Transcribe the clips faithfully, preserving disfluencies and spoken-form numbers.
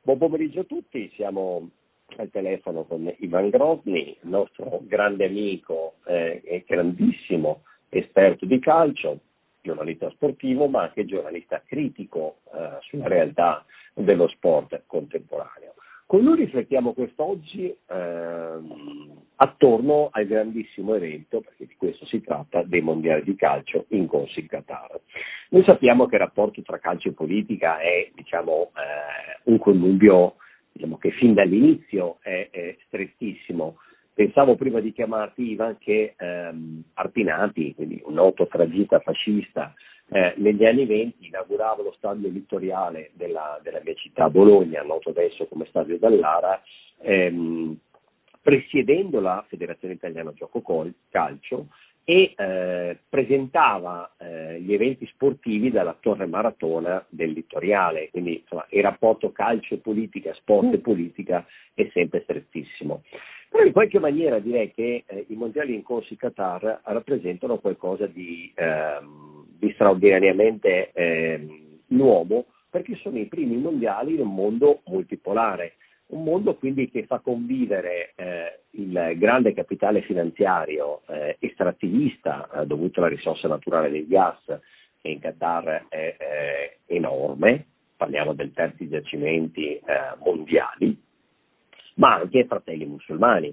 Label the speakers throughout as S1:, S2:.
S1: Buon pomeriggio a tutti, siamo al telefono con Ivan Grozny, il nostro grande amico eh, e grandissimo esperto di calcio, giornalista sportivo ma anche giornalista critico eh, sulla realtà dello sport contemporaneo. Con lui riflettiamo quest'oggi ehm, attorno al grandissimo evento, perché di questo si tratta, dei mondiali di calcio in corso in Qatar. Noi sappiamo che il rapporto tra calcio e politica è diciamo, eh, un connubio diciamo, che fin dall'inizio è, è strettissimo. Pensavo prima di chiamarti Ivan che ehm, Arpinati, quindi un noto tragista fascista, eh, negli anni venti inaugurava lo stadio Vittoriale della, della mia città, Bologna, noto adesso come Stadio Dallara, ehm, presiedendo la Federazione Italiana Gioco Col- Calcio e eh, presentava eh, gli eventi sportivi dalla torre maratona del Littoriale, quindi insomma, il rapporto calcio e politica, sport e politica è sempre strettissimo. Però in qualche maniera direi che eh, i mondiali in corso in Qatar rappresentano qualcosa di, ehm, di straordinariamente ehm, nuovo, perché sono i primi mondiali in un mondo multipolare. Un mondo quindi che fa convivere eh, il grande capitale finanziario eh, estrattivista eh, dovuto alla risorsa naturale del gas, che in Qatar è eh, enorme, parliamo del terzo di giacimenti eh, mondiali, ma anche fratelli musulmani,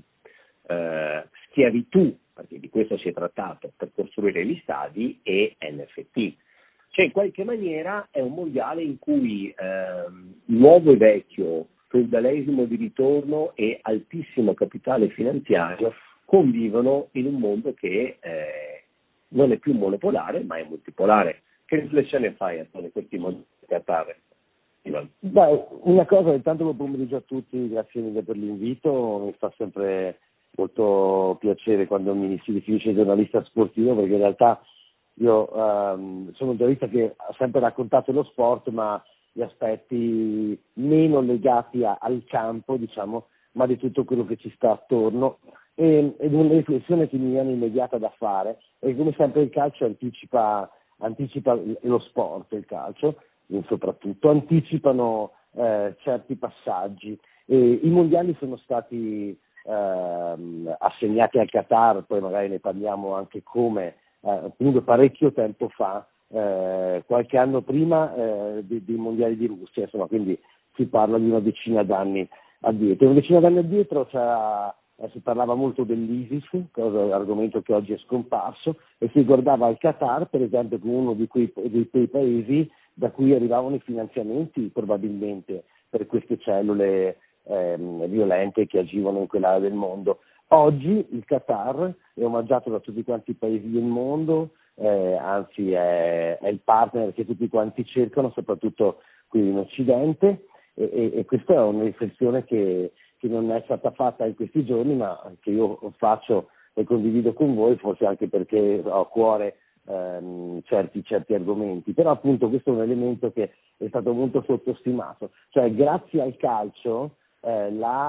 S1: eh, schiavitù, perché di questo si è trattato, per costruire gli stadi, e N F T. Cioè in qualche maniera è un mondiale in cui ehm, nuovo e vecchio, feudalesimo di ritorno e altissimo capitale finanziario convivono in un mondo che eh, non è più monopolare ma è multipolare. Che riflessione fai attorno a questi mondiali di Qatar?
S2: Beh, una cosa, intanto buon pomeriggio a tutti, grazie mille per l'invito, mi fa sempre molto piacere quando mi si definisce giornalista sportivo, perché in realtà io um, sono un giornalista che ha sempre raccontato lo sport, ma gli aspetti meno legati a, al campo, diciamo, ma di tutto quello che ci sta attorno. E, ed una riflessione che mi viene immediata da fare è che come sempre il calcio anticipa, anticipa lo sport, il calcio, soprattutto, anticipano eh, certi passaggi. E i mondiali sono stati ehm, assegnati al Qatar, poi magari ne parliamo anche come, eh, comunque parecchio tempo fa, eh, qualche anno prima eh, dei, dei mondiali di Russia, insomma, quindi si parla di una decina d'anni addietro. Una decina d'anni addietro c'era, eh, si parlava molto dell'ISIS, cosa, argomento che oggi è scomparso, e si guardava al Qatar, per esempio, come uno di quei, di quei paesi da cui arrivavano i finanziamenti probabilmente per queste cellule ehm, violente che agivano in quell'area del mondo. Oggi il Qatar è omaggiato da tutti quanti i paesi del mondo, eh, anzi è, è il partner che tutti quanti cercano, soprattutto qui in Occidente, e, e, e questa è una riflessione che, che non è stata fatta in questi giorni, ma che io faccio e condivido con voi, forse anche perché ho a cuore Ehm, certi, certi argomenti, però appunto questo è un elemento che è stato molto sottostimato, cioè grazie al calcio eh,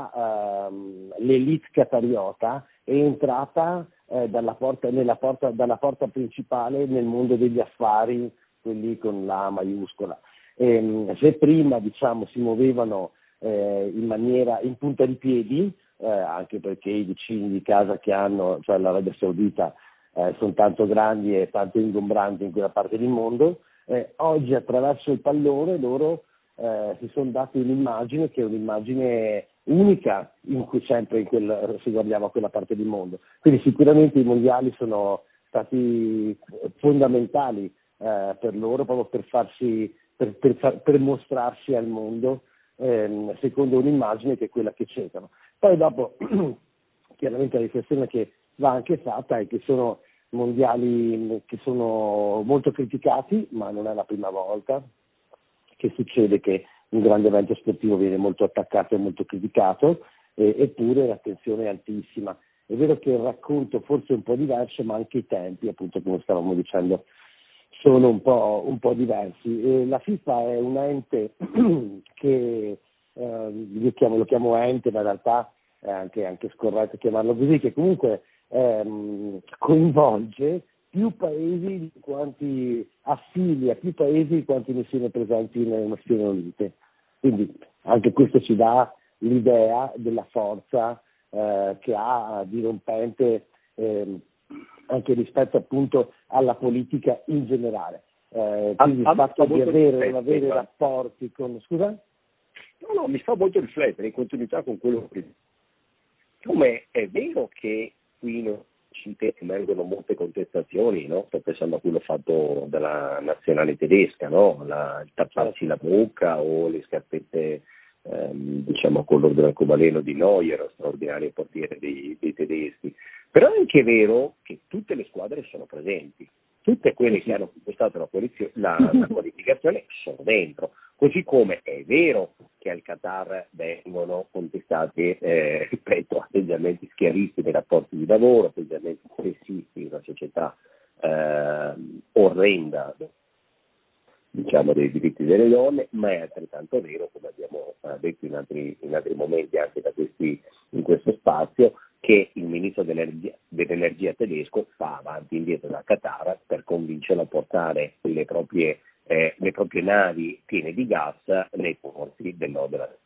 S2: la, ehm, l'elite qatariota è entrata eh, dalla, porta, nella porta, dalla porta principale nel mondo degli affari, quelli con la maiuscola. E, se prima diciamo si muovevano eh, in maniera in punta di piedi, eh, anche perché i vicini di casa che hanno, cioè l'Arabia Saudita, Eh, sono tanto grandi e tanto ingombranti in quella parte del mondo, eh, oggi attraverso il pallone loro eh, si sono dati un'immagine che è un'immagine unica in cui sempre in quel, se guardiamo a quella parte del mondo. Quindi sicuramente i mondiali sono stati fondamentali eh, per loro, proprio per farsi, per, per, far, per mostrarsi al mondo ehm, secondo un'immagine che è quella che cercano. Poi dopo chiaramente la riflessione che va anche fatta è che sono mondiali che sono molto criticati, ma non è la prima volta che succede che un grande evento sportivo viene molto attaccato e molto criticato, eh, eppure l'attenzione è altissima. È vero che il racconto forse è un po' diverso, ma anche i tempi, appunto come stavamo dicendo, sono un po', un po' diversi. E la FIFA è un ente che eh, io chiamo, lo chiamo ente, ma in realtà è anche, anche scorretto chiamarlo così, che comunque ehm, coinvolge più paesi di quanti affilia, più paesi di quanti ne siano presenti nelle Nazioni Unite. Quindi anche questo ci dà l'idea della forza eh, che ha dirompente eh, anche rispetto appunto alla politica in generale. Eh, quindi il fatto di avere, non avere rapporti con... Scusa?
S1: No, no, mi fa molto riflettere in continuità con quello che... Come è vero che qui in Occidente emergono molte contestazioni, no? Sto pensando a quello fatto dalla nazionale tedesca, no? La, il tapparsi la bocca o le scarpette ehm, diciamo con l'ordine dell'arcobaleno di Neuer, straordinario portiere dei, dei tedeschi. Però è anche vero che tutte le squadre sono presenti, tutte quelle che hanno conquistato la, la, la qualificazione sono dentro, così come è vero che al Qatar vengono contestati, eh, ripeto, atteggiamenti schiavisti nei rapporti di lavoro, atteggiamenti sessisti in una società eh, orrenda, diciamo, dei diritti delle donne, ma è altrettanto vero, come abbiamo eh, detto in altri, in altri momenti anche da questi, in questo spazio, che il ministro dell'energia, dell'energia tedesco fa avanti e indietro da Qatar per convincerlo a portare le proprie, eh, le proprie navi piene di gas nei porti del nord della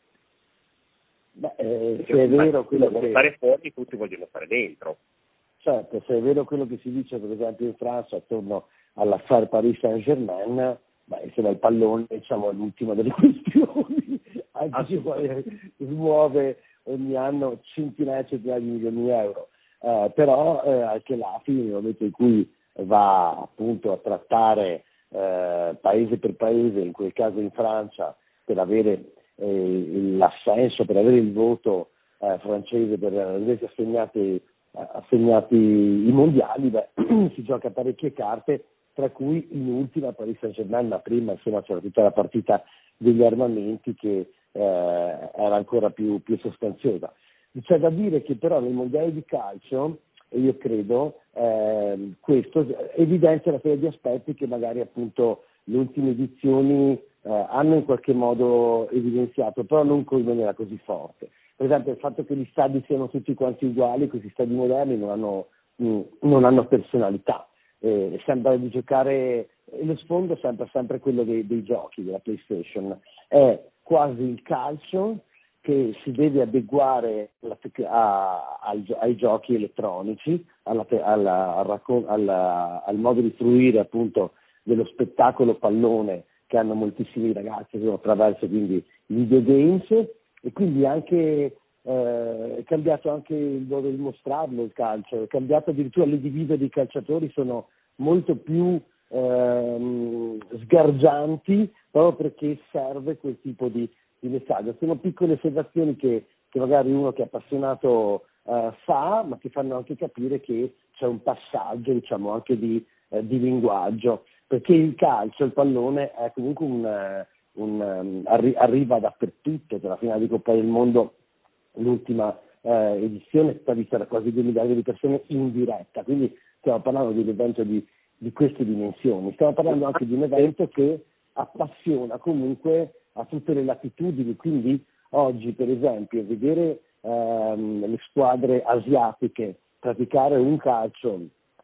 S2: Beh, eh, se è vero quello che...
S1: stare fuori, tutti vogliono stare dentro.
S2: Certo, se è vero quello che si dice per esempio in Francia attorno all'affare Paris Saint-Germain, beh, insomma il pallone diciamo, è l'ultima delle questioni, anche se poi smuove ogni anno centinaia e centinaia di milioni di euro. Eh, però eh, anche là, fino nel momento in cui va appunto a trattare eh, paese per paese, in quel caso in Francia, per avere eh, l'assenso, per avere il voto eh, francese per aver assegnati assegnati i mondiali, beh, si gioca parecchie carte, tra cui in ultima Paris Saint-Germain, ma prima insomma c'era tutta la partita degli armamenti che eh, era ancora più, più sostanziosa. C'è da dire che però nel mondiale di calcio, e io credo, eh, questo evidenzia una serie di aspetti che magari appunto le ultime edizioni eh, hanno in qualche modo evidenziato, però non in maniera così forte. Per esempio il fatto che gli stadi siano tutti quanti uguali, questi stadi moderni non hanno, mh, non hanno personalità, eh, sembra di giocare, e lo sfondo è sempre, sempre quello dei, dei giochi, della PlayStation, è quasi il calcio che si deve adeguare alla, a, ai, ai giochi elettronici, alla, alla, al, alla, al modo di fruire appunto dello spettacolo pallone che hanno moltissimi ragazzi attraverso quindi i videogames. E quindi anche eh, è cambiato anche il modo di mostrarlo il calcio, è cambiato addirittura le divise dei calciatori, sono molto più ehm, sgargianti proprio perché serve quel tipo di, di messaggio. Sono piccole osservazioni che, che magari uno che è appassionato eh, fa, ma che fanno anche capire che c'è un passaggio diciamo anche di, eh, di linguaggio, perché il calcio, il pallone è comunque un... Un, um, arri- arriva dappertutto, per la finale di Coppa del Mondo l'ultima eh, edizione è stata vista da quasi due miliardi di persone in diretta, quindi stiamo parlando di un evento di, di queste dimensioni, stiamo parlando anche di un evento che appassiona comunque a tutte le latitudini, quindi oggi per esempio vedere ehm, le squadre asiatiche praticare un calcio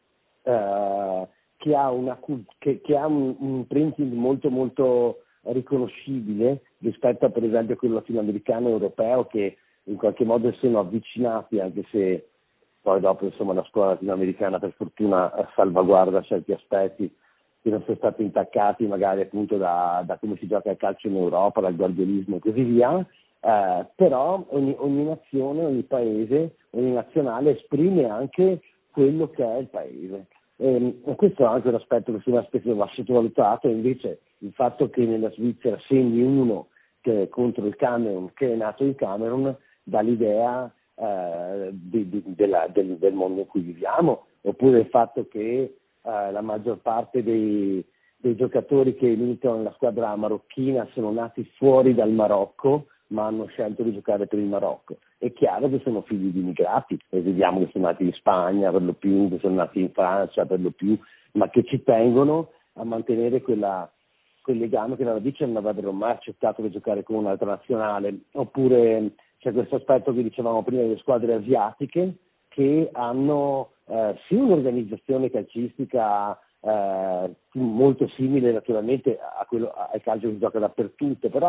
S2: eh, che ha, una, che, che ha un, un printing molto molto riconoscibile rispetto a per esempio a quello latinoamericano e europeo, che in qualche modo sono avvicinati, anche se poi dopo insomma la scuola latinoamericana per fortuna salvaguarda certi aspetti che non sono stati intaccati magari appunto da, da come si gioca il calcio in Europa, dal guardiolismo e così via, eh, però ogni, ogni nazione, ogni paese, ogni nazionale esprime anche quello che è il paese. E questo è anche un aspetto che secondo me spesso va sottovalutato, invece il fatto che nella Svizzera segni uno che contro il Camerun, che è nato in Camerun, dà l'idea eh, di, di, della, del, del mondo in cui viviamo, oppure il fatto che eh, la maggior parte dei, dei giocatori che militano nella squadra marocchina sono nati fuori dal Marocco, ma hanno scelto di giocare per il Marocco. È chiaro che sono figli di immigrati, e vediamo che sono nati in Spagna per lo più, che sono nati in Francia per lo più, ma che ci tengono a mantenere quella, quel legame che alla radice non avrebbero mai accettato di giocare con un'altra nazionale. Oppure c'è questo aspetto che dicevamo prima delle squadre asiatiche, che hanno eh, sì un'organizzazione calcistica eh, molto simile naturalmente a quello, al calcio che si gioca dappertutto, però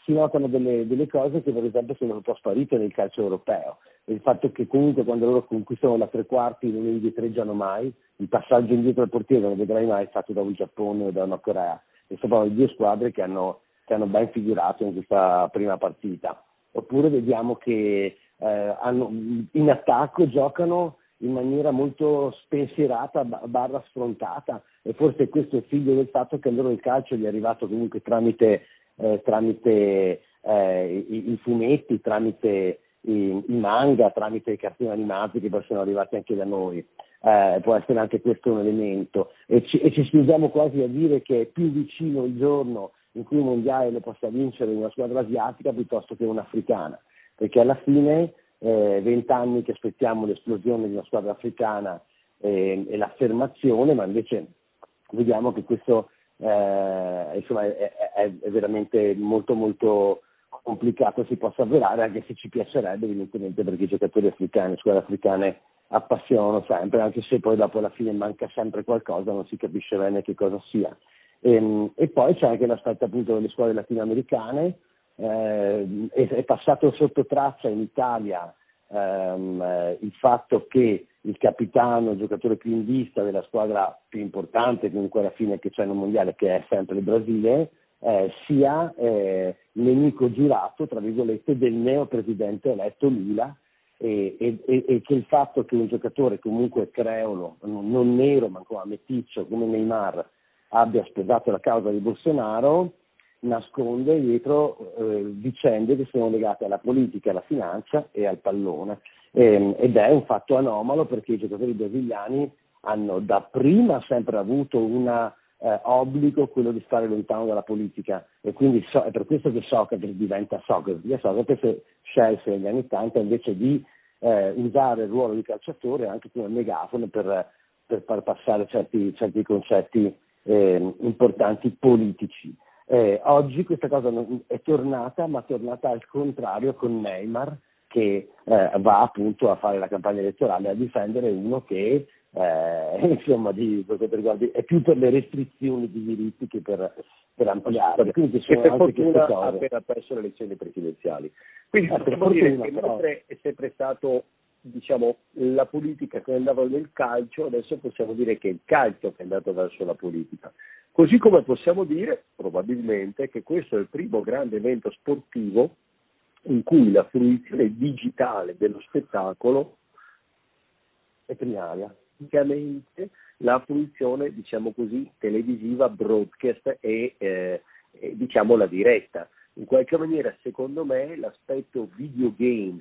S2: si notano delle, delle cose che per esempio sono un po' sparite nel calcio europeo. Il fatto che comunque quando loro conquistano la tre quarti non indietreggiano mai, il passaggio indietro al portiere non lo vedrai mai fatto da un Giappone o da una Corea. E sono proprio due squadre che hanno, che hanno ben figurato in questa prima partita. Oppure vediamo che eh, hanno, in attacco giocano in maniera molto spensierata, barra sfrontata, e forse questo è figlio del fatto che a loro il calcio gli è arrivato comunque tramite, eh, tramite eh, i, i fumetti, tramite i, i manga, tramite i cartoni animati che poi sono arrivati anche da noi. Eh, può essere anche questo un elemento, e ci, e ci spingiamo quasi a dire che è più vicino il giorno in cui il mondiale lo possa vincere una squadra asiatica piuttosto che un'africana, perché alla fine vent'anni eh, che aspettiamo l'esplosione di una squadra africana eh, e l'affermazione, ma invece vediamo che questo eh, insomma, è, è, è veramente molto molto complicato si possa avverare, anche se ci piacerebbe evidentemente, perché i giocatori africani, le squadre africane appassionano sempre, anche se poi dopo alla fine manca sempre qualcosa, non si capisce bene che cosa sia. E, e poi c'è anche l'aspetto appunto delle scuole latinoamericane. Eh, è, è passato sotto traccia in Italia ehm, eh, il fatto che il capitano, il giocatore più in vista della squadra più importante comunque alla fine che c'è nel mondiale, che è sempre il Brasile, eh, sia eh, nemico giurato, tra virgolette, del neopresidente eletto Lula, e, e, e che il fatto che un giocatore comunque creolo, non nero ma ancora meticcio come Neymar, abbia sposato la causa di Bolsonaro nasconde dietro eh, vicende che sono legate alla politica, alla finanza e al pallone, e, ed è un fatto anomalo, perché i giocatori brasiliani hanno da prima sempre avuto un eh, obbligo, quello di stare lontano dalla politica, e quindi so, è per questo che Socrate diventa Socrate. Socrate scelse negli anni ottanta invece di eh, usare il ruolo di calciatore anche come megafono per, per far passare certi, certi concetti eh, importanti politici. Eh, oggi questa cosa non, è tornata, ma è tornata al contrario con Neymar, che eh, va appunto a fare la campagna elettorale, a difendere uno che eh, insomma di, per quanto riguarda, è più per le restrizioni di diritti che per, per ampliarli. Quindi ci sono
S1: che per
S2: anche queste
S1: fortuna
S2: cose.
S1: ha appena perso le elezioni presidenziali. Quindi
S2: Eh,
S1: possiamo dire che mentre è sempre stato, diciamo, la politica che andava nel calcio, adesso possiamo dire che è il calcio che è andato verso la politica. Così come possiamo dire, probabilmente, che questo è il primo grande evento sportivo in cui la fruizione digitale dello spettacolo
S2: è primaria.
S1: praticamente la fruizione, diciamo così, televisiva, broadcast e, eh, e diciamo la diretta. In qualche maniera, secondo me, l'aspetto videogames,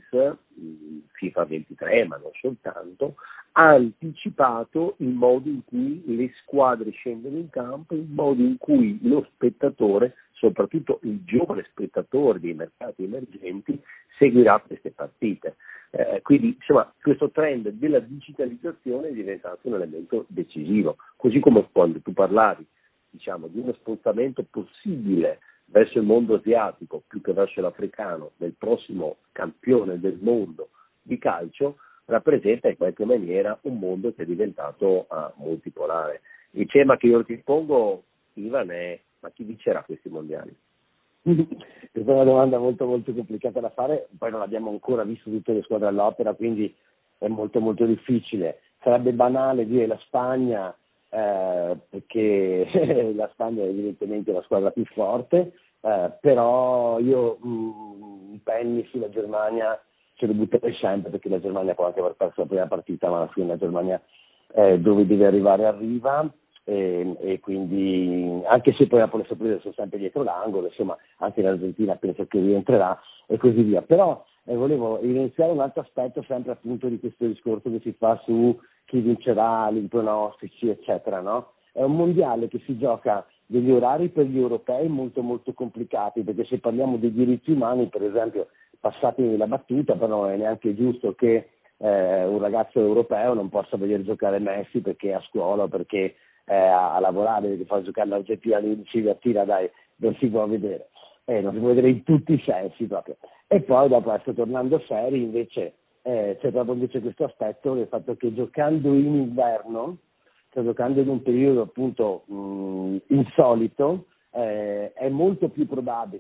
S1: FIFA ventitré, ma non soltanto, ha anticipato il modo in cui le squadre scendono in campo, il modo in cui lo spettatore, soprattutto il giovane spettatore dei mercati emergenti, seguirà queste partite. Eh, quindi, insomma, questo trend della digitalizzazione è diventato un elemento decisivo, così come quando tu parlavi, diciamo, di uno spostamento possibile verso il mondo asiatico più che verso l'africano del prossimo campione del mondo di calcio, rappresenta in qualche maniera un mondo che è diventato uh, multipolare. Il tema che io ti pongo, Ivan, è: ma chi vincerà questi mondiali?
S2: Questa è una domanda molto molto complicata da fare, poi non abbiamo ancora visto tutte le squadre all'opera, quindi è molto molto difficile. Sarebbe banale dire la Spagna, eh, perché la Spagna è evidentemente la squadra più forte, eh, però io mh, penny sulla Germania ce lo butterei sempre, perché la Germania può anche aver perso la prima partita, ma alla fine la Germania eh, dove deve arrivare arriva. E, e quindi, anche se poi dopo le sorprese sono sempre dietro l'angolo, insomma anche l'Argentina penso che rientrerà e così via. Però eh, volevo evidenziare un altro aspetto sempre appunto di questo discorso che si fa su chi vincerà, i pronostici eccetera, no? È un mondiale che si gioca degli orari per gli europei molto molto complicati, perché se parliamo dei diritti umani, per esempio, passatemi la battuta, però non è neanche giusto che eh, un ragazzo europeo non possa vedere giocare Messi perché è a scuola o perché Eh, a, a lavorare, perché fa giocare l'Argentina all'Unici a tira, dai, non si può vedere, eh, non si può vedere in tutti i sensi proprio. E poi dopo, adesso tornando seri, invece eh, c'è proprio invece questo aspetto del fatto che giocando in inverno, cioè giocando in un periodo appunto mh, insolito, eh, è molto più probabile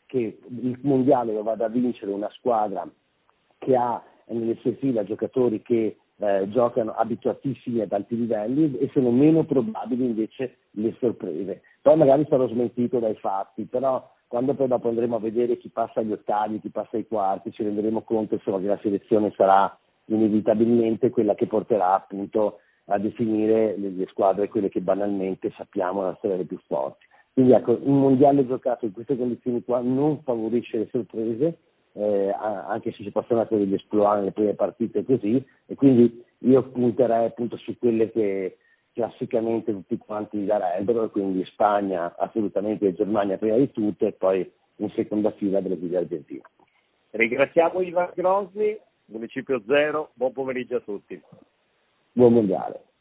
S2: che il mondiale lo vada a vincere una squadra che ha nelle sue fila giocatori che eh, giocano abituatissimi ad alti livelli, e sono meno probabili invece le sorprese. Poi magari sarò smentito dai fatti, però quando poi dopo andremo a vedere chi passa agli ottavi, chi passa ai quarti, ci renderemo conto insomma, che la selezione sarà inevitabilmente quella che porterà appunto a definire le, le squadre, quelle che banalmente sappiamo essere le più forti. Quindi ecco, un mondiale giocato in queste condizioni qua non favorisce le sorprese, eh, anche se ci possono essere degli esploit nelle prime partite così, e quindi io punterei appunto su quelle che classicamente tutti quanti darebbero, quindi Spagna assolutamente e Germania prima di tutto, e poi in seconda fila Brasile e Argentina.
S1: Ringraziamo Ivan Grosny, Municipio Zero, buon pomeriggio a tutti.
S2: Buon mondiale.